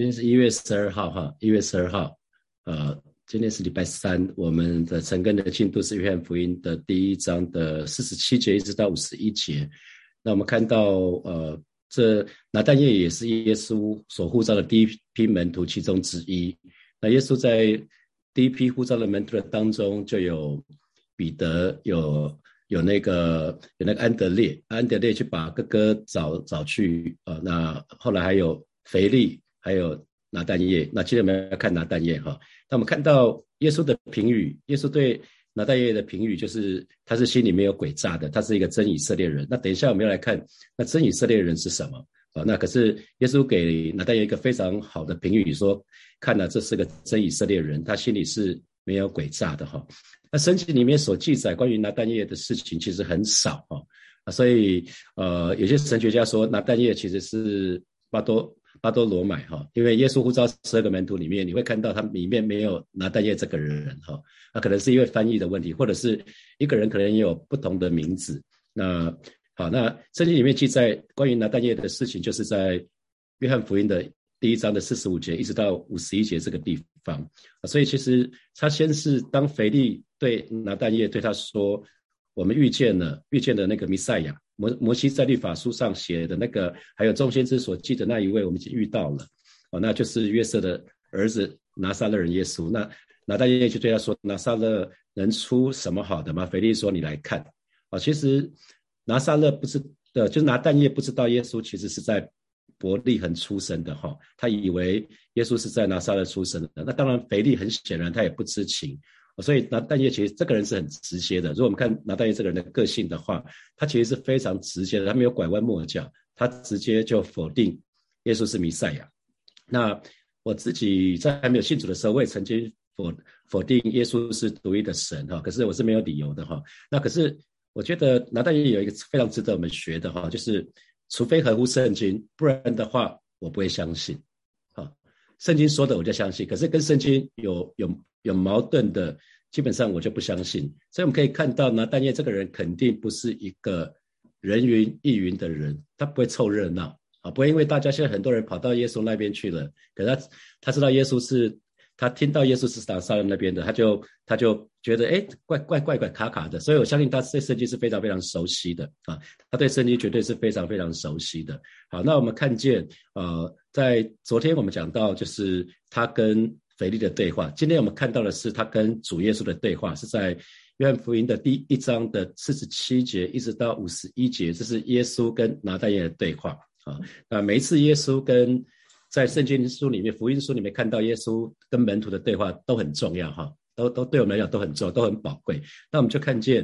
今天是1月12号哈，1月12号，今天是礼拜三，我们的晨更的进度是约翰福音的第1章的47节一直到51节。那我们看到，这拿但业也是耶稣所呼召的第一批门徒其中之一。那耶稣在第一批呼召的门徒的当中，就有彼得，有那个安德烈去把哥哥找去，那后来还有腓力，还有拿但业。那今天我们要看拿但业哈。那我们看到耶稣的评语，耶稣对拿但业的评语就是他是心里没有诡诈的，他是一个真以色列人。那等一下我们要来看那真以色列人是什么。那可是耶稣给拿但业一个非常好的评语，说看了这是个真以色列人，他心里是没有诡诈的哈。那圣经里面所记载关于拿但业的事情其实很少所以有些神学家说拿但业其实是巴多罗买因为耶稣呼召12个门徒里面，你会看到他里面没有拿但业这个人那可能是因为翻译的问题，或者是一个人可能也有不同的名字。那好，那圣经里面记载关于拿但业的事情，就是在约翰福音的第1章的45节一直到51节这个地方。所以其实他先是当腓力对拿但业对他说，我们遇见了那个弥赛亚，摩西在律法书上写的那个，还有众先知所记的那一位，我们已经遇到了那就是约瑟的儿子拿撒勒人耶稣。那拿但业就对他说，拿撒勒能出什么好的吗？腓力说，你来看其实拿撒勒就是拿但业不知道耶稣其实是在伯利恒出生的他以为耶稣是在拿撒勒出生的。那当然腓力很显然他也不知情，所以拿但业其实这个人是很直接的。如果我们看拿但业这个人的个性的话，他其实是非常直接的，他没有拐弯抹角，他直接就否定耶稣是弥赛亚。那我自己在还没有信主的时候，我也曾经否定耶稣是独一的神可是我是没有理由的那可是我觉得拿但业有一个非常值得我们学的就是除非合乎圣经，不然的话我不会相信圣经说的我就相信，可是跟圣经有矛盾的，基本上我就不相信。所以我们可以看到拿但业这个人肯定不是一个人云亦云的人，他不会凑热闹不会因为大家现在很多人跑到耶稣那边去了，可是他知道耶稣是，他听到耶稣是拿撒勒那边的，他就觉得怪卡卡的。所以我相信他对圣经是非常非常熟悉的他对圣经绝对是非常非常熟悉的。好，那我们看见在昨天我们讲到就是他跟腓力的对话，今天我们看到的是他跟主耶稣的对话，是在约翰福音的第1章的47节一直到51节，这是耶稣跟拿但业的对话那每一次耶稣在圣经书里面，福音书里面看到耶稣跟门徒的对话都很重要都对我们来讲都很重要，都很宝贵。那我们就看见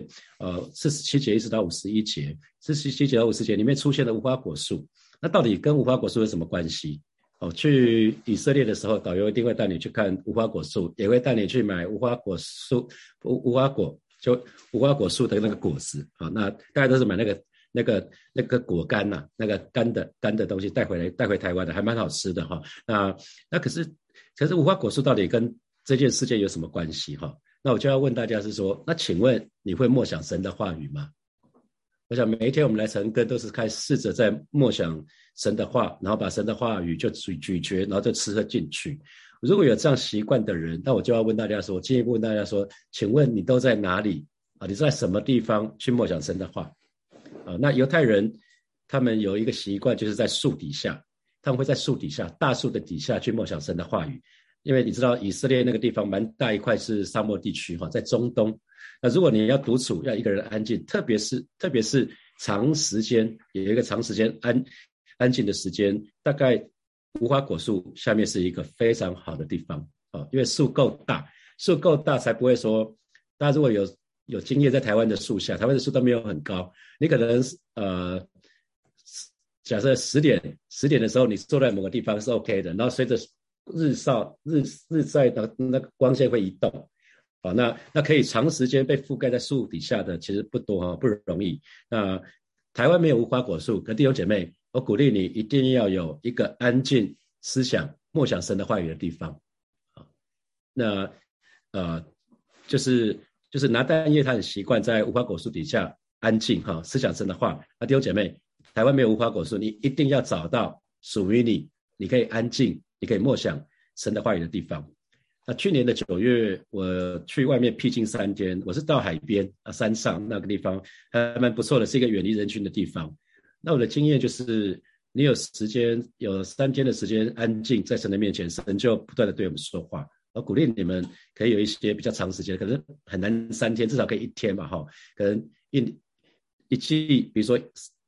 47节一直到51节，47节到50节里面出现了无花果树。那到底跟无花果树有什么关系去以色列的时候，导游一定会带你去看无花果树，也会带你去买无花果树的那个果子那大家都是买那个果干那个干的东西带回台湾的，还蛮好吃的那可是无花果树到底跟这件事件有什么关系那我就要问大家是说，那请问你会默想神的话语吗？我想每一天我们来晨更都是试着在默想神的话，然后把神的话语就咀嚼，然后就吃喝进去。如果有这样习惯的人，那我就要问大家说，进一步问大家说，请问你都在哪里你在什么地方去默想神的话那犹太人他们有一个习惯，就是在树底下，他们会在树底下，大树的底下去默想神的话语。因为你知道以色列那个地方蛮大一块是沙漠地区在中东。那如果你要独处，要一个人安静，特别是长时间，有一个长时间安静的时间，大概无花果树下面是一个非常好的地方因为树够大才不会说，大家如果有经验在台湾的树下，台湾的树都没有很高，你可能假设10点的时候你坐在某个地方是 OK 的，然后随着日晒的那个光线会移动那可以长时间被覆盖在树底下的其实不多不容易。那台湾没有无花果树，可弟兄姐妹，我鼓励你一定要有一个安静思想默想神的话语的地方那就是拿但业他很习惯在无花果树底下安静思想神的话。弟兄姐妹，台湾没有无花果树，你一定要找到属于你可以安静你可以默想神的话语的地方。那去年的9月，我去外面僻静3天，我是到海边山上那个地方，还蛮不错的，是一个远离人群的地方。那我的经验就是，你有时间，有3天的时间安静在神的面前，神就不断的对我们说话。我鼓励你们可以有一些比较长时间，可能很难3天，至少可以1天嘛，可能一季，比如说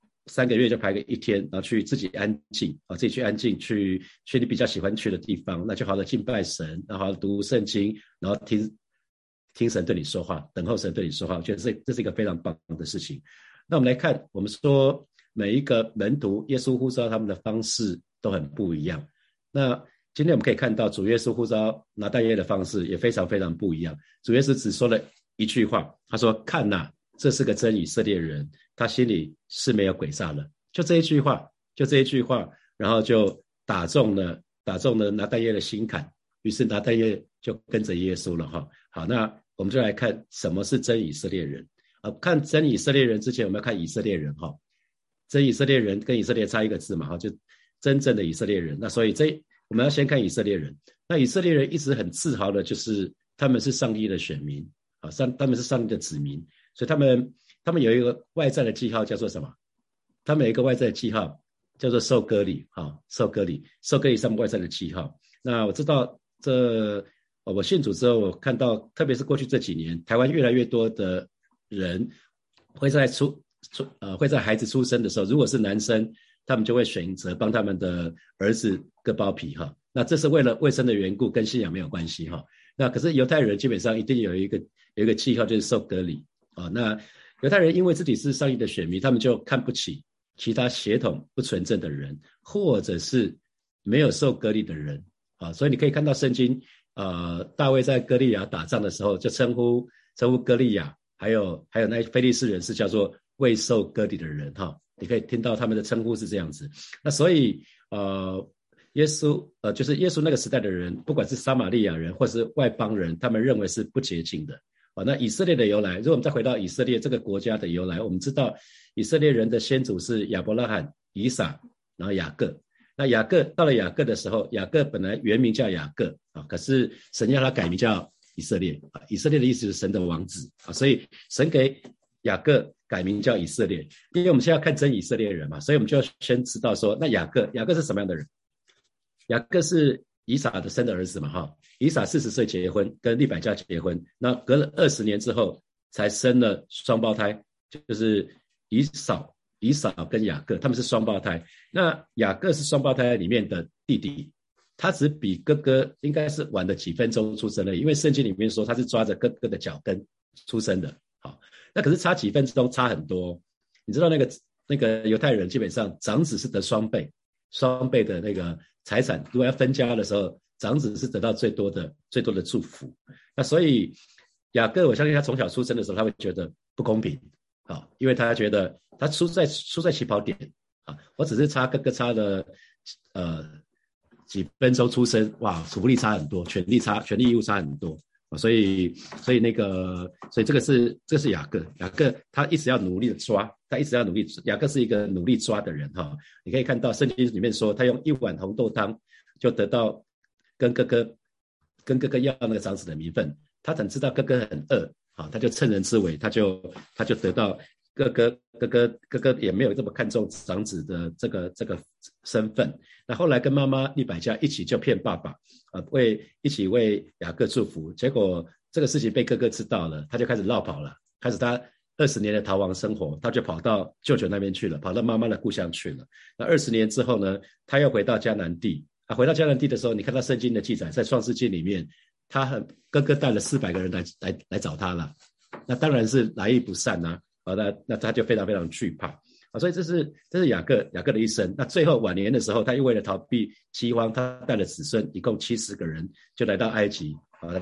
3个月就排个1天，然后去自己安静自己去安静，去你比较喜欢去的地方，那就好好的敬拜神，然后好好读圣经，然后听神对你说话，等候神对你说话。我觉得这是一个非常棒的事情。那我们来看，我们说每一个门徒，耶稣呼召他们的方式都很不一样。那今天我们可以看到，主耶稣呼召拿但业的方式也非常非常不一样。主耶稣只说了一句话，他说：“看哪，这是个真以色列人，他心里是没有诡诈的。”就这一句话，然后就打中了拿但业的心坎，于是拿但业就跟着耶稣了好，那我们就来看什么是真以色列人看真以色列人之前，我们要看以色列人真以色列人跟以色列差一个字嘛就真正的以色列人。那所以我们要先看以色列人。那以色列人一直很自豪的就是他们是上帝的选民他们是上帝的子民，所以他们有一个外在的记号叫做什么？他们有一个外在的记号叫做受割礼受割礼是他们外在的记号。那我知道我信主之后，我看到特别是过去这几年，台湾越来越多的人会在孩子出生的时候，如果是男生，他们就会选择帮他们的儿子割包皮那这是为了卫生的缘故，跟信仰没有关系那可是犹太人基本上一定有一个记号，就是受割礼那犹太人因为自己是上帝的选民，他们就看不起其他血统不纯正的人，或者是没有受割礼的人所以你可以看到圣经大卫在歌利亚打仗的时候，就称呼歌利亚，还有那非利士人是叫做未受割礼的人你可以听到他们的称呼是这样子。那所以耶稣就是耶稣那个时代的人，不管是撒玛利亚人或是外邦人，他们认为是不洁净的那以色列的由来，如果我们再回到以色列这个国家的由来，我们知道以色列人的先祖是亚伯拉罕、以撒，然后雅各。那到了雅各的时候，雅各本来原名叫雅各可是神要他改名叫以色列以色列的意思是神的王子所以神给雅各改名叫以色列。因为我们现在要看真以色列人嘛，所以我们就要先知道说，那雅各是什么样的人？雅各是以撒的生的儿子嘛以撒40岁结婚，跟利百加结婚，那隔了20年之后才生了双胞胎，就是以扫跟雅各，他们是双胞胎。那雅各是双胞胎里面的弟弟，他只比哥哥应该是晚了几分钟出生了，因为圣经里面说他是抓着哥哥的脚跟出生的那可是差几分钟差很多。你知道那个犹太人基本上长子是得双倍的那个财产，如果要分家的时候，长子是得到最多的祝福。那所以雅各，我相信他从小出生的时候，他会觉得不公平因为他觉得他输在起跑点我只是差哥哥差了几分钟出生，哇，福利差很多，权利义务差很多所以这个是雅各他一直要努力的抓，雅各是一个努力抓的人你可以看到圣经里面说，他用1碗红豆汤就得到跟哥哥要那个长子的名分。他等知道哥哥很饿他就趁人之危，他就得到哥哥也没有这么看重长子的这个身份。那后来跟妈妈利百加一起就骗爸爸一起为雅各祝福，结果这个事情被哥哥知道了，他就开始落跑了，开始他20年的逃亡生活，他就跑到舅舅那边去了，跑到妈妈的故乡去了。那20年之后呢，他又回到迦南地回到迦南地的时候，你看到圣经的记载，在创世纪里面，哥哥带了400个人来找他了，那当然是来意不善那他就非常非常惧怕所以这是雅各的一生。那最后晚年的时候，他又为了逃避饥荒，他带了子孙一共70个人就来到埃及那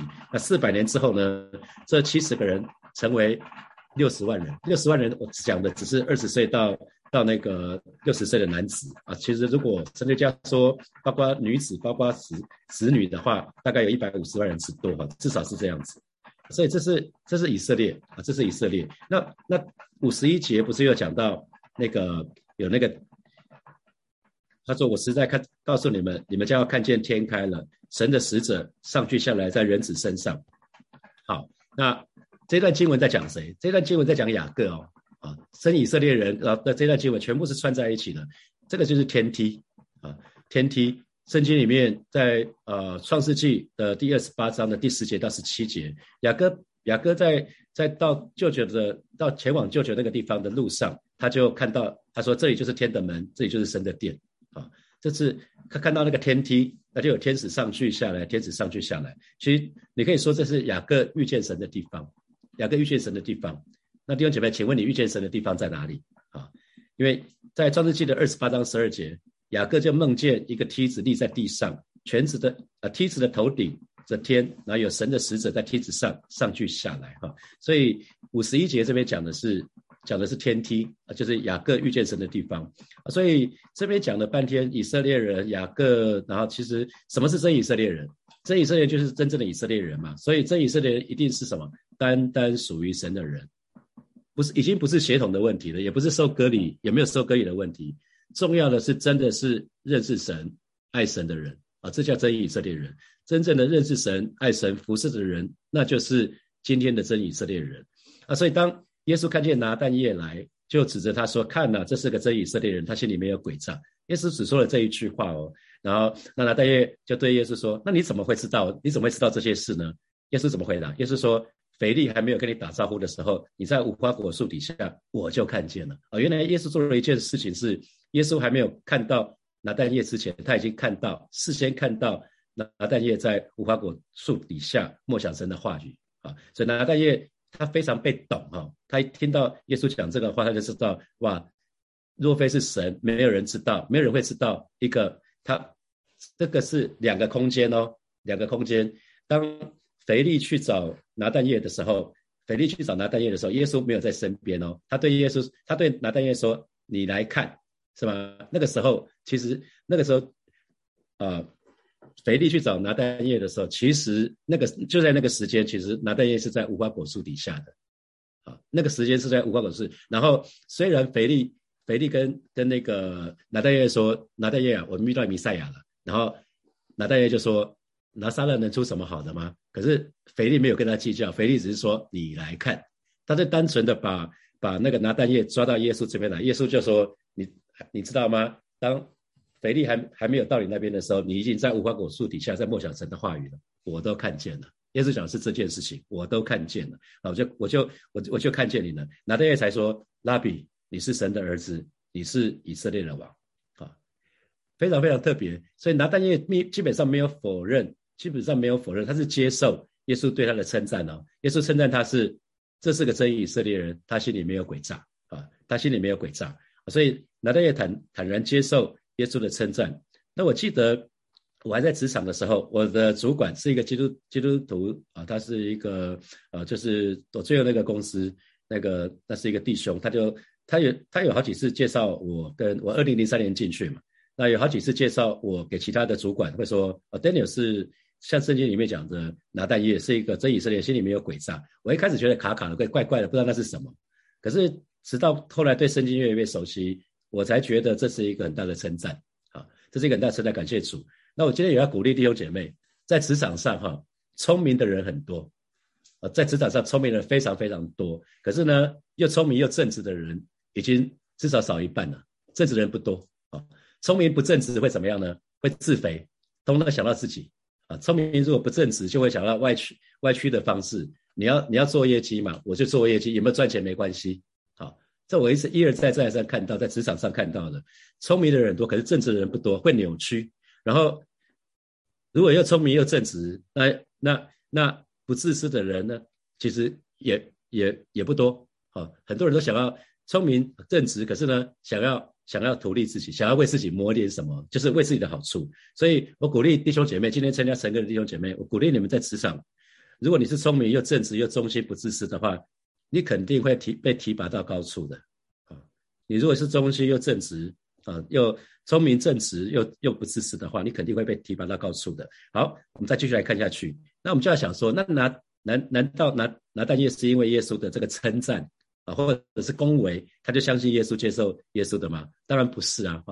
400年之后呢，这70个人成为60万人。60万人我讲的只是20岁到那个60岁的男子其实如果神学家说包括女子包括子女的话，大概有150万人之多至少是这样子。所以这是以色列这是以色列。那51节不是又讲到有那个他说我实在告诉你们，你们将要看见天开了，神的使者上去下来在人子身上。好，那这段经文在讲谁？这段经文在讲雅各哦，生以色列人的这段经文全部是串在一起的。这个就是天梯啊，天梯。圣经里面在创世纪的第28章的第10节到17节，雅各在到舅舅到前往舅舅那个地方的路上，他就看到，他说这里就是天的门，这里就是神的殿啊。这次他看到那个天梯，那就有天使上去下来，天使上去下来。其实你可以说这是雅各遇见神的地方，雅各遇见神的地方。那弟兄姐妹，请问你遇见神的地方在哪里啊？因为在创世纪的28章12节，雅各就梦见一个梯子立在地上，梯子的头顶着天，然后有神的使者在梯子上去下来哈。所以51节这边讲的是天梯，就是雅各遇见神的地方。所以这边讲了半天以色列人雅各，然后其实什么是真以色列人？真以色列人就是真正的以色列人嘛。所以真以色列人一定是什么？单单属于神的人，已经不是血统的问题了，也不是受割礼有没有受割礼的问题。重要的是真的是认识神爱神的人啊，这叫真以色列人。真正的认识神爱神服侍的人，那就是今天的真以色列人啊。所以当耶稣看见拿但业来，就指着他说，看啊，这是个真以色列人，他心里没有诡诈。耶稣只说了这一句话哦，然后那拿但业就对耶稣说，那你怎么会知道这些事呢？耶稣怎么回答？耶稣说，腓力还没有跟你打招呼的时候，你在无花果树底下，我就看见了。原来耶稣做了一件事情，是耶稣还没有看到拿但业之前，他已经事先看到拿但业在无花果树底下默想神的话语啊。所以拿但业他非常被懂啊，他一听到耶稣讲这个话，他就知道哇，若非是神，没有人知道，没有人会知道这个是两个空间哦，两个空间。当腓力去找拿但业的时候，耶稣没有在身边哦。他对拿但业说：“你来看，是吗？”那个时候，腓力去找拿但业的时候，其实就在那个时间，其实拿但业是在无花果树底下的啊。那个时间是在无花果树。然后虽然腓力跟那个拿但业说：“拿但业啊，我们遇到弥赛亚了。”然后拿但业就说：“拿撒勒能出什么好的吗？”可是腓力没有跟他计较，腓力只是说你来看，他就单纯的把那个拿但业抓到耶稣这边来。耶稣就说你知道吗？当腓力还没有到你那边的时候，你已经在无花果树底下在默想神的话语了，我都看见了。耶稣讲的是这件事情，我都看见了。我就看见你了。拿但业才说，拉比，你是神的儿子，你是以色列的王啊，非常非常特别。所以拿但业基本上没有否认，他是接受耶稣对他的称赞哦。耶稣称赞他这是个真以色列人，他心里没有诡诈啊，所以拿但业坦然接受耶稣的称赞。那我记得我还在职场的时候，我的主管是一个基督徒啊，他是一个就是我最后那个公司那是一个弟兄，他有好几次介绍我2003年进去嘛，那有好几次介绍我给其他的主管，会说Daniel 是像圣经里面讲的拿但业是一个真以色列，心里没有诡诈。我一开始觉得卡卡的怪怪的，不知道那是什么，可是直到后来对圣经越来越熟悉，我才觉得这是一个很大的称赞啊，这是一个很大的称赞，感谢主。那我今天也要鼓励弟兄姐妹，在职场上聪明的人很多，在职场上聪明的人非常非常多，可是呢，又聪明又正直的人已经至少少一半了，正直的人不多啊。聪明不正直会怎么样呢？会自肥，通通想到自己啊。聪明如果不正直，就会想到歪曲的方式。你要做业绩嘛，我就做业绩，有没有赚钱没关系。好，这我一而再上看到，在职场上看到的，聪明的人多，可是正直的人不多，会扭曲。然后如果又聪明又正直，那不自私的人呢，其实也不多。很多人都想要聪明正直，可是呢，想要图利自己，想要为自己谋点什么，就是为自己的好处。所以我鼓励弟兄姐妹，今天参加晨更的弟兄姐妹，我鼓励你们在职场，如果你是聪明又正直又忠心不自私的话，你肯定会被提拔到高处的。你如果是忠心又正直又聪明正直又不自私的话，你肯定会被提拔到高处的。好，我们再继续来看下去。那我们就要想说，那难道拿但业是因为耶稣的这个称赞或者是恭维，他就相信耶稣接受耶稣的吗？当然不是啊。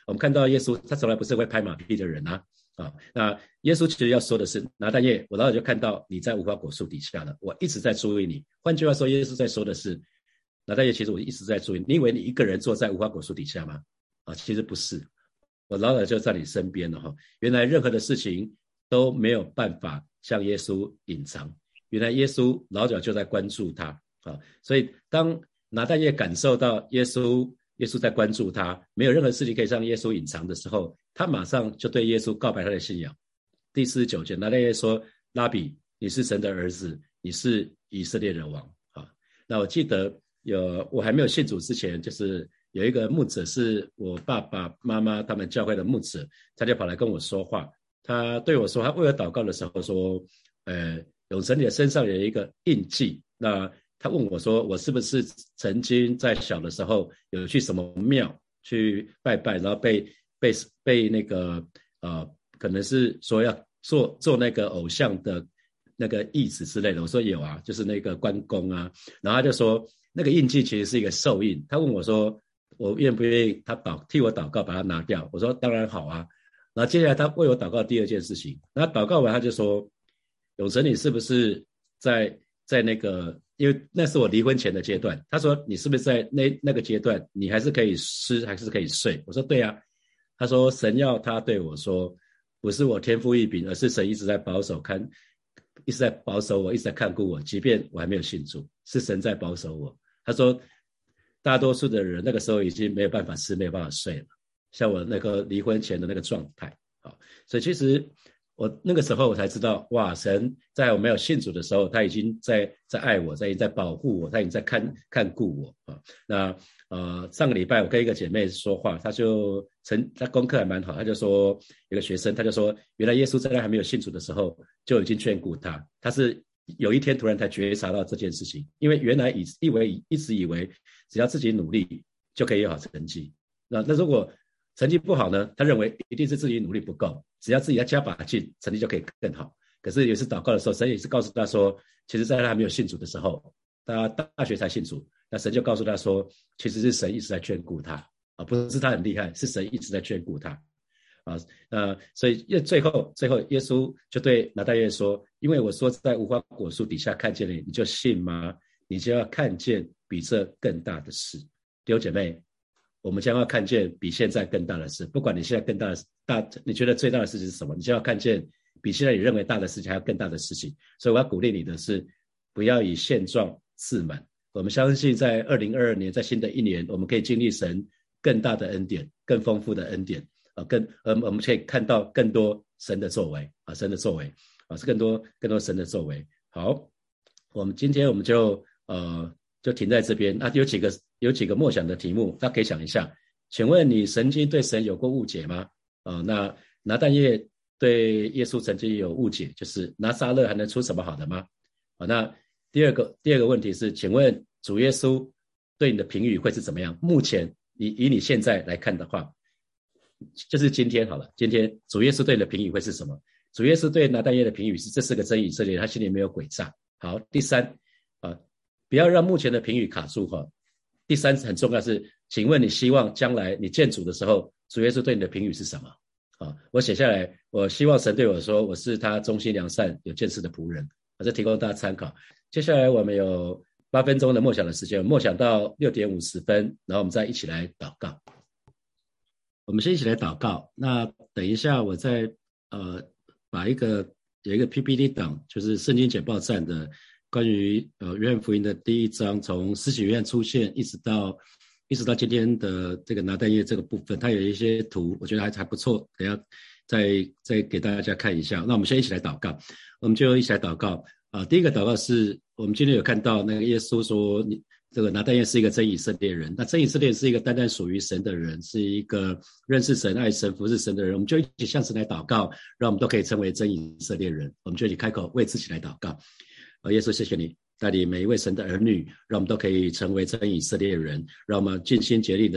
我们看到耶稣他从来不是会拍马屁的人啊。那耶稣其实要说的是，拿但业，我老早就看到你在无花果树底下了，我一直在注意你。换句话说，耶稣在说的是，拿但业，其实我一直在注意你，你以为你一个人坐在无花果树底下吗？其实不是，我老早就在你身边了。原来任何的事情都没有办法向耶稣隐藏，原来耶稣老早就在关注他。所以当拿但业感受到耶稣在关注他，没有任何事情可以让耶稣隐藏的时候，他马上就对耶稣告白他的信仰。第49节，拿但业说：拉比，你是神的儿子，你是以色列人王。那我记得我还没有信主之前，就是有一个牧者是我爸爸妈妈他们教会的牧者，他就跑来跟我说话，他对我说，他为我祷告的时候说，永成你的身上有一个印记。那他问我说，我是不是曾经在小的时候有去什么庙去拜拜，然后被那个可能是说要做那个偶像的那个义子之类的。我说有啊，就是那个关公啊。然后他就说那个印记其实是一个寿印，他问我说我愿不愿意他替我祷告把它拿掉。我说当然好啊。然后接下来他为我祷告第二件事情，然后祷告完他就说，永成你是不是在那个，因为那是我离婚前的阶段，他说你是不是在那个阶段你还是可以吃还是可以睡？我说对啊。他说神要他对我说，不是我天赋异禀，而是神一直在保守我，一直在看顾我，即便我还没有信主，是神在保守我。他说大多数的人那个时候已经没有办法吃没有办法睡了，像我那个离婚前的那个状态。所以其实我那个时候我才知道，哇，神在我没有信主的时候，他已经在爱我，他已经在保护我，他已经在看顾我。那上个礼拜我跟一个姐妹说话，她功课还蛮好，她就说有个学生，他就说原来耶稣在他还没有信主的时候就已经眷顾他，他是有一天突然才觉察到这件事情，因为原来一直以为只要自己努力就可以有好成绩。那如果成绩不好呢，他认为一定是自己努力不够，只要自己要加把劲，成绩就可以更好。可是有一次祷告的时候，神也是告诉他说，其实在他还没有信主的时候，他大学才信主，那神就告诉他说，其实是神一直在眷顾他，不是他很厉害，是神一直在眷顾他。所以最后耶稣就对拿但业说，因为我说在无花果树底下看见你，你就信吗？你就要看见比这更大的事。弟兄姐妹，我们将要看见比现在更大的事，不管你现在更大的你觉得最大的事情是什么，你就要看见比现在你认为大的事情还要更大的事情。所以我要鼓励你的是，不要以现状自满。我们相信在2022年，在新的一年，我们可以经历神更大的恩典，更丰富的恩典，我们可以看到更多神的作为，神的作为，是更多神的作为。好，今天我们就停在这边。有几个默想的题目，大家可以想一下。请问你曾经对神有过误解吗？那拿但业对耶稣曾经有误解，就是拿撒勒还能出什么好的吗？那第二个问题是，请问主耶稣对你的评语会是怎么样？目前以你现在来看的话，就是今天好了，今天主耶稣对你的评语会是什么？主耶稣对拿但业的评语是，这是个真以色列人，他心里没有诡诈。好，第三不要让目前的评语卡住。第三很重要是，请问你希望将来你见主的时候，主耶稣对你的评语是什么？我写下来，我希望神对我说，我是他忠心良善有见识的仆人。这提供大家参考。接下来我们有8分钟的默想的时间，默想到6点50分，然后我们再一起来祷告。我们先一起来祷告。那等一下我再把有一个 PPT 档，就是圣经简报站的关于约翰福音的第1章，从施洗约翰出现一直到今天的这个拿但业这个部分，它有一些图，我觉得还不错，等一下再给大家看一下。那我们先一起来祷告。我们就一起来祷告。第一个祷告是，我们今天有看到那个耶稣说，这个拿但业是一个真以色列人。那真以色列是一个单单属于神的人，是一个认识神、爱神、服侍神的人。我们就一起向神来祷告，让我们都可以成为真以色列人。我们就一起开口为自己来祷告。耶稣，谢谢你带领每一位神的儿女，让我们都可以成为真以色列人，让我们尽心竭力的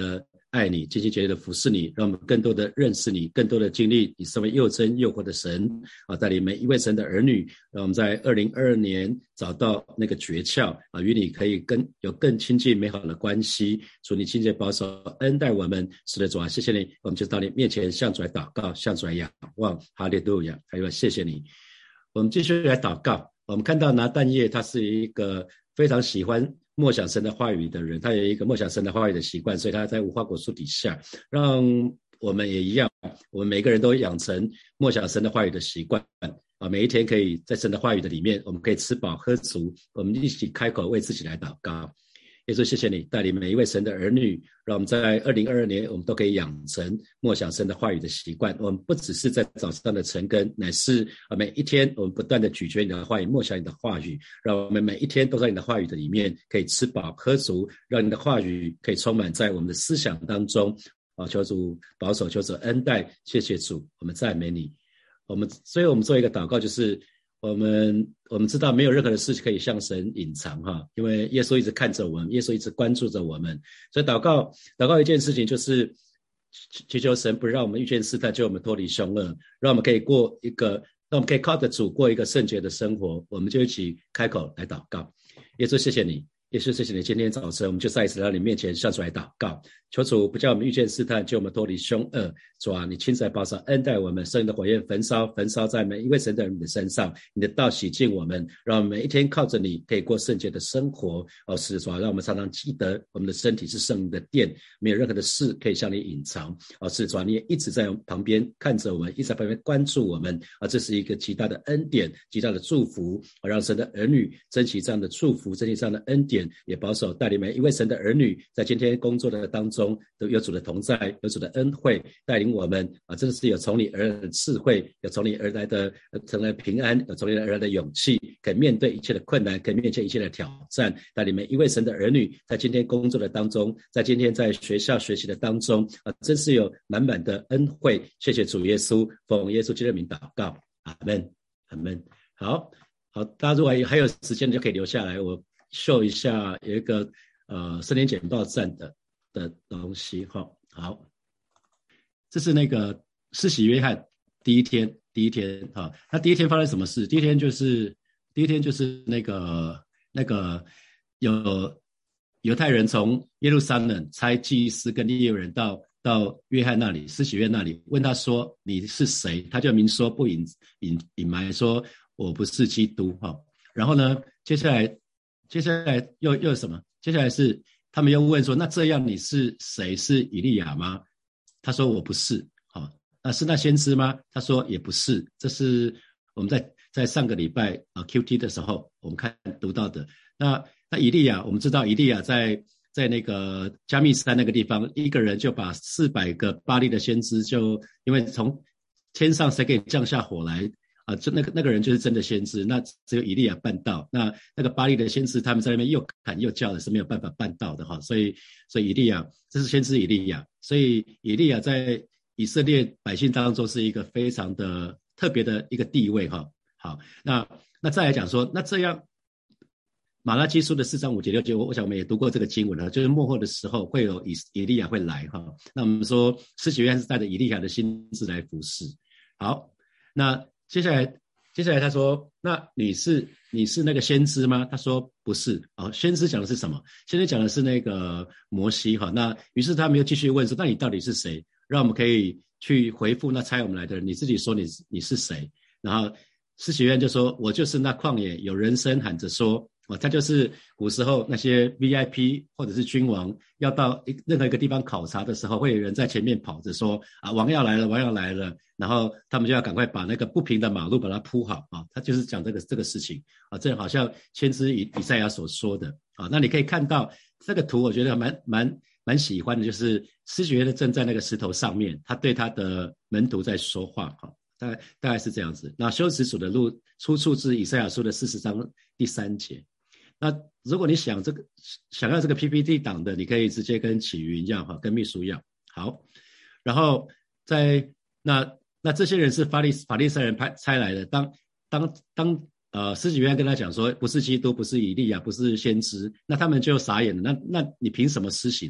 爱你，尽心竭力的服侍你，让我们更多的认识你，更多的经历你身为又真又活的神带领每一位神的儿女，让我们在2022年找到那个诀窍与你可以有更亲近美好的关系。主你亲切保守恩待我们，是的主啊，谢谢你，我们就到你面前向主来祷告，向主来仰望，哈利路亚，还有谢谢你。我们继续来祷告。我们看到拿但业他是一个非常喜欢默想神的话语的人，他有一个默想神的话语的习惯，所以他在无花果树底下，让我们也一样，我们每个人都养成默想神的话语的习惯每一天可以在神的话语的里面，我们可以吃饱喝足，我们一起开口为自己来祷告。耶稣，谢谢你带领每一位神的儿女，让我们在2022年我们都可以养成默想神的话语的习惯。我们不只是在早上的晨更，乃是每一天我们不断的咀嚼你的话语，默想你的话语，让我们每一天都在你的话语的里面可以吃饱喝足，让你的话语可以充满在我们的思想当中求主保守，求主恩待，谢谢主，我们赞美你。所以我们做一个祷告，就是我们知道没有任何的事情可以向神隐藏因为耶稣一直看着我们，耶稣一直关注着我们，所以祷告一件事情，就是祈求神不让我们遇见试探，救我们脱离凶恶，让我们可以靠着主过一个圣洁的生活。我们就一起开口来祷告。耶稣谢谢你，耶稣谢谢你，今天早晨我们就再一次来到你面前向主来祷告，求主不叫我们遇见试探，救我们脱离凶恶。主啊，你亲自来保守恩待我们，圣灵的火焰焚烧在每一位神的人的身上，你的道洗净我们，让我们每一天靠着你可以过圣洁的生活是主啊，让我们常常记得我们的身体是圣灵的殿，没有任何的事可以向你隐藏是主啊，你也一直在旁边看着我们，一直在旁边关注我们这是一个极大的恩典，极大的祝福让神的儿女珍惜这样的祝福，珍惜这样的恩典，也保守带领每一位神的儿女在今天工作的当中都有主的同在，有主的恩惠带领我们真的是有从你而来的智慧，有从你而来的平安，有从你而来的勇气，可以面对一切的困难，可以面对一切的挑战，带领每一位神的儿女在今天工作的当中，在今天在学校学习的当中真是有满满的恩惠。谢谢主耶稣，奉耶稣基督的名祷告，阿们阿们。好，大家如果还有时间就可以留下来，我秀一下有一个圣灵简报站的东西好，这是那个施洗约翰第一天那第一天发生什么事？第一天就是那个有犹太人从耶路撒冷差祭司跟利未人到约翰那里，施洗约翰那里，问他说你是谁？他就明说不隐瞒说我不是基督然后呢接下来又什么？接下来是他们又问说那这样你是谁？是以利亚吗？他说我不是那是那先知吗？他说也不是。这是我们在上个礼拜QT 的时候我们读到的。那以利亚，我们知道以利亚在那个加密山那个地方，一个人就把400个巴力的先知，就因为从天上谁可以降下火来就那个人就是真的先知，那只有以利亚办到。那个巴力的先知他们在那边又砍又叫的，是没有办法办到的所以以利亚，这是先知以利亚。所以以利亚在以色列百姓当中是一个非常的特别的一个地位好，那再来讲说，那这样马拉基书的4章5节6节，我想我们也读过这个经文就是末后的时候会有以利亚会来那我们说施洗约翰是带着以利亚的心志来服侍。好，那接下来他说那你是那个先知吗？他说不是先知讲的是什么？先知讲的是那个摩西那于是他们又继续问说那你到底是谁？让我们可以去回复那差我们来的人，你自己说你是谁？然后施洗约翰就说我就是那旷野有人声喊着说他就是古时候那些 VIP 或者是君王要到任何一个地方考察的时候，会有人在前面跑着说王要来了，王要来了，然后他们就要赶快把那个不平的马路把它铺好他就是讲这个事情这好像先知以赛亚所说的那你可以看到这个图，我觉得蛮喜欢的，就是施洗约翰正在那个石头上面，他对他的门徒在说话大概是这样子。那修辞主的路出处自以赛亚书的40章第3节。那如果你想要这个 PPT 档的，你可以直接跟启云一样跟秘书一样。好，然后那这些人是法利赛人差来的，当施洗约翰跟他讲说不是基督，不是以利亚，不是先知，那他们就傻眼了。那你凭什么施洗呢？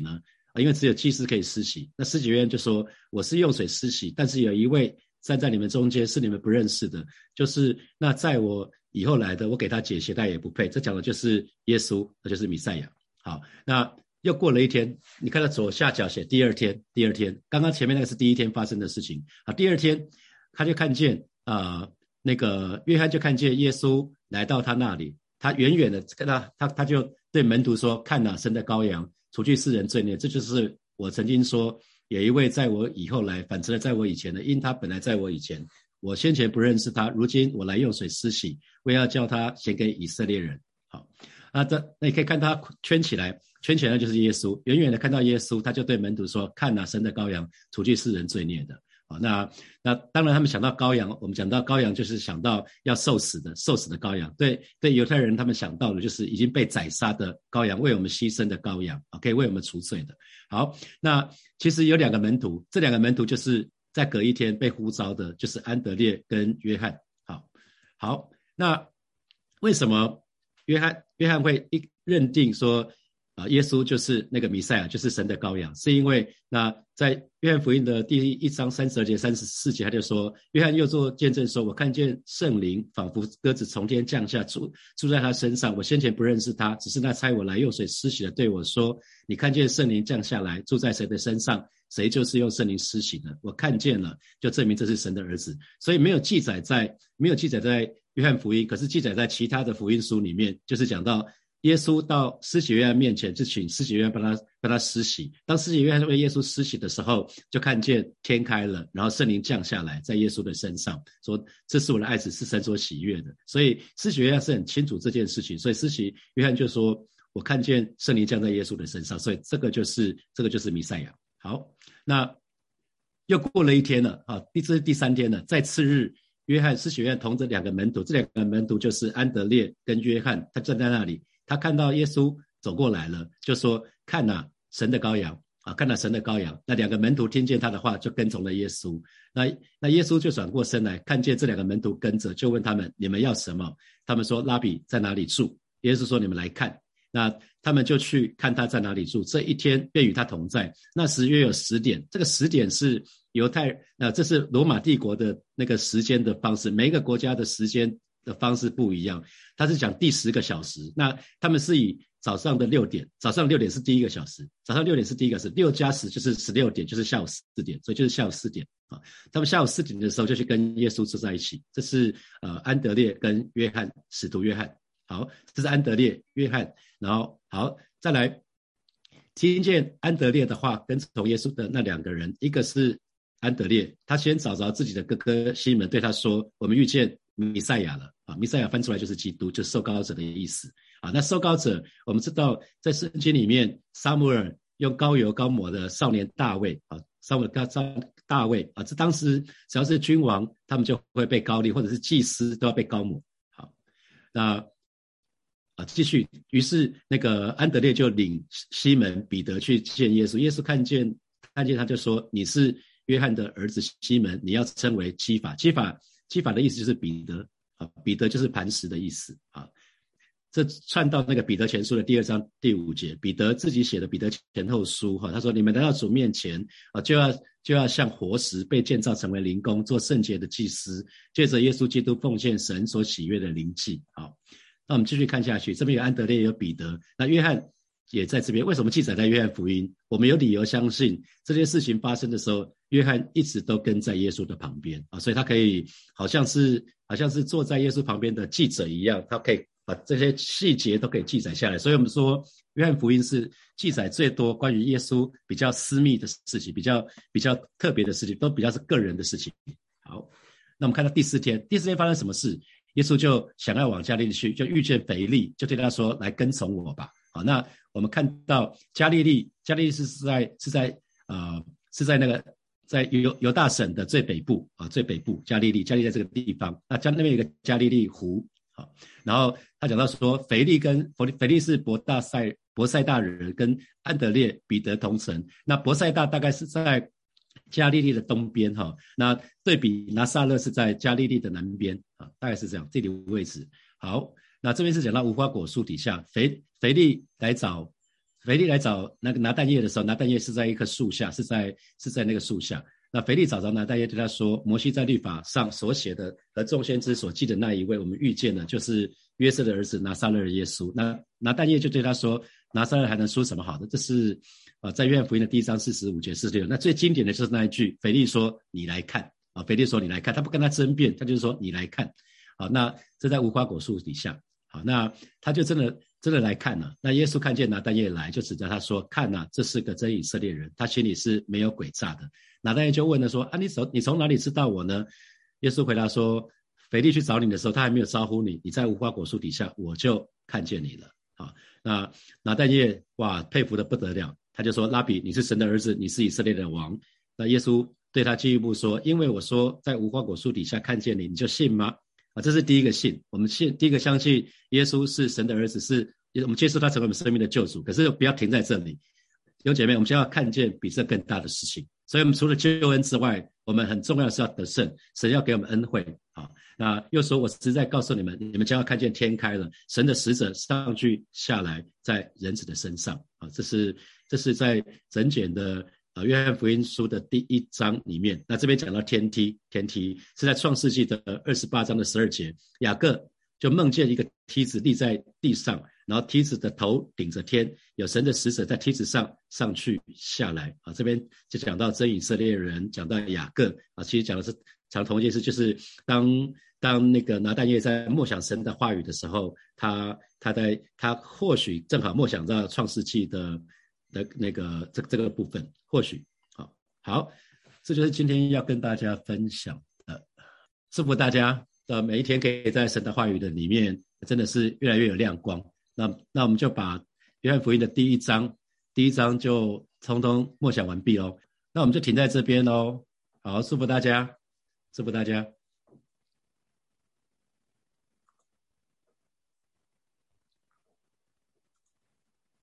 因为只有祭司可以施洗。那施洗约翰就说，我是用水施洗，但是有一位站在你们中间是你们不认识的，就是那在我以后来的，我给他解鞋带也不配。这讲的就是耶稣，那就是弥赛亚。好，那又过了一天，你看到左下角写第二天，刚刚前面那个是第一天发生的事情。好，第二天他就看见那个约翰就看见耶稣来到他那里，他远远的看到他就对门徒说，看哪，神的羔羊，除去世人罪孽。这就是我曾经说，有一位在我以后来，反成了在我以前的，因他本来在我以前，我先前不认识他，如今我来用水施洗，为要叫他显给以色列人。好，那你可以看他圈起来就是耶稣，远远的看到耶稣，他就对门徒说，看哪，神的羔羊，除去世人罪孽的。好，那当然他们想到羔羊，我们讲到羔羊就是想到要受死的羔羊。对犹太人他们想到的就是已经被宰杀的羔羊，为我们牺牲的羔羊，可以为我们除罪的。好，那其实有两个门徒，这两个门徒就是在隔一天被呼召的，就是安德烈跟约翰。好，那为什么约翰会认定说耶稣就是那个弥赛亚，就是神的羔羊？是因为那在约翰福音的第1章32节34节，他就说，约翰又做见证说，我看见圣灵仿佛鸽子从天降下，住在他身上，我先前不认识他，只是那差我来用水施洗的对我说，你看见圣灵降下来，住在谁的身上，谁就是用圣灵施洗的。我看见了，就证明这是神的儿子。所以没有记载在约翰福音，可是记载在其他的福音书里面，就是讲到耶稣到施洗约翰面前，就请施洗约翰帮他施洗。当施洗约翰为耶稣施洗的时候，就看见天开了，然后圣灵降下来在耶稣的身上，说这是我的爱子，是神所喜悦的。所以施洗约翰是很清楚这件事情，所以施洗约翰就说，我看见圣灵降在耶稣的身上，所以这个就是弥赛亚。好，那又过了一天了，这是第3天了，在次日，施洗约翰同着两个门徒，这两个门徒就是安德烈跟约翰，他站在那里，他看到耶稣走过来了，就说，看哪，神的羔羊，看哪，神的羔羊。那两个门徒听见他的话，就跟从了耶稣。那耶稣就转过身来，看见这两个门徒跟着，就问他们，你们要什么？他们说，拉比在哪里住？耶稣说，你们来看。那他们就去看他在哪里住，这一天便与他同在。那时约有10点，这个10点是这是罗马帝国的那个时间的方式，每一个国家的时间的方式不一样。他是讲第10个小时，那他们是以早上6点是第1个小时，早上6点是第1个小时，6加10就是16点，就是下午4点，所以就是下午4点。他们下午4点的时候就去跟耶稣住在一起。这是安德烈跟约翰，使徒约翰。好，这是安德烈、约翰。然后好，再来听见安德烈的话，跟从耶稣的那两个人，一个是安德烈，他先找着自己的哥哥西门，对他说，我们遇见弥赛亚了。弥赛亚翻出来就是基督，就是受膏者的意思。那受膏者我们知道在圣经里面，撒母耳用膏油膏抹的少年大卫，撒母耳大卫，这当时只要是君王，他们就会被膏立，或者是祭司都要被膏抹。好，那继续，于是那个安德烈就领西门彼得去见耶稣。耶稣看见他就说，你是约翰的儿子西门，你要称为基法。基法的意思就是彼得，彼得就是磐石的意思。这串到那个彼得前书的第2章第5节，彼得自己写的彼得前后书，他说，你们来到主面前，就要像活石被建造成为灵宫，做圣洁的祭司，借着耶稣基督奉献神所喜悦的灵祭。好，那我们继续看下去，这边有安德烈，有彼得，那约翰也在这边。为什么记载在约翰福音？我们有理由相信这件事情发生的时候，约翰一直都跟在耶稣的旁边，所以他可以好像是坐在耶稣旁边的记者一样，他可以把这些细节都可以记载下来。所以我们说约翰福音是记载最多关于耶稣比较私密的事情，比较特别的事情，都比较是个人的事情。好，那我们看到第四天发生什么事？耶稣就想要往加利利去，就遇见腓利，就对他说，来跟从我吧。好，那我们看到加利利是在那个在犹大省的最北部，加利利在这个地方。那边有一个加利利湖。好，然后他讲到说，腓利是伯赛大人，跟安德烈、彼得同城。那伯赛大大概是在加利利的东边，那对比拿撒勒是在加利利的南边，大概是这样地理位置。好，那这边是讲到无花果树底下，腓利来找腓利来找那个拿但业的时候，拿但业是在一棵树下，是在那个树下。那腓利找着拿但业，对他说：摩西在律法上所写的和众先知所记的那一位，我们遇见了，就是约瑟的儿子拿撒勒的耶稣。那拿但业就对他说：拿撒勒还能说什么好的？这是在约翰福音的第1章45节46。那最经典的就是那一句，腓利说：你来看啊！腓利说：你来看，他不跟他争辩，他就是说：你来看。好，那这在无花果树底下。好，那他就真的来看了。那耶稣看见拿但业来，就指着他说：看啊，这是个真以色列人，他心里是没有诡诈的。拿但业就问了说：你从哪里知道我呢？耶稣回答说：腓利去找你的时候，他还没有招呼你，你在无花果树底下，我就看见你了。好，那拿但业哇，佩服得不得了，他就说：拉比，你是神的儿子，你是以色列的王。那耶稣对他进一步说：因为我说在无花果树底下看见你，你就信吗？这是第一个信，我们第一个相信耶稣是神的儿子，是我们接受他成为我们生命的救主。可是不要停在这里，弟兄姐妹，我们现在要看见比这更大的事情。所以我们除了救恩之外，我们很重要的是要得胜，神要给我们恩惠。好，那又说我实在告诉你们，你们将要看见天开了，神的使者上去下来在人子的身上。这是在整卷的约翰福音书的第1章里面。那这边讲到天梯是在创世纪的28章的12节，雅各就梦见一个梯子立在地上，然后梯子的头顶着天，有神的使者在梯子上去下来。这边就讲到真以色列人，讲到雅各其实讲的是讲同一件事，就是当那个拿但业在默想神的话语的时候，他或许正好默想到创世纪的那个这个部分，或许好，这就是今天要跟大家分享的。祝福大家每一天可以在神的话语的里面真的是越来越有亮光。那我们就把约翰福音的第一章就通通默想完毕咯。那我们就停在这边咯。好，祝福大家。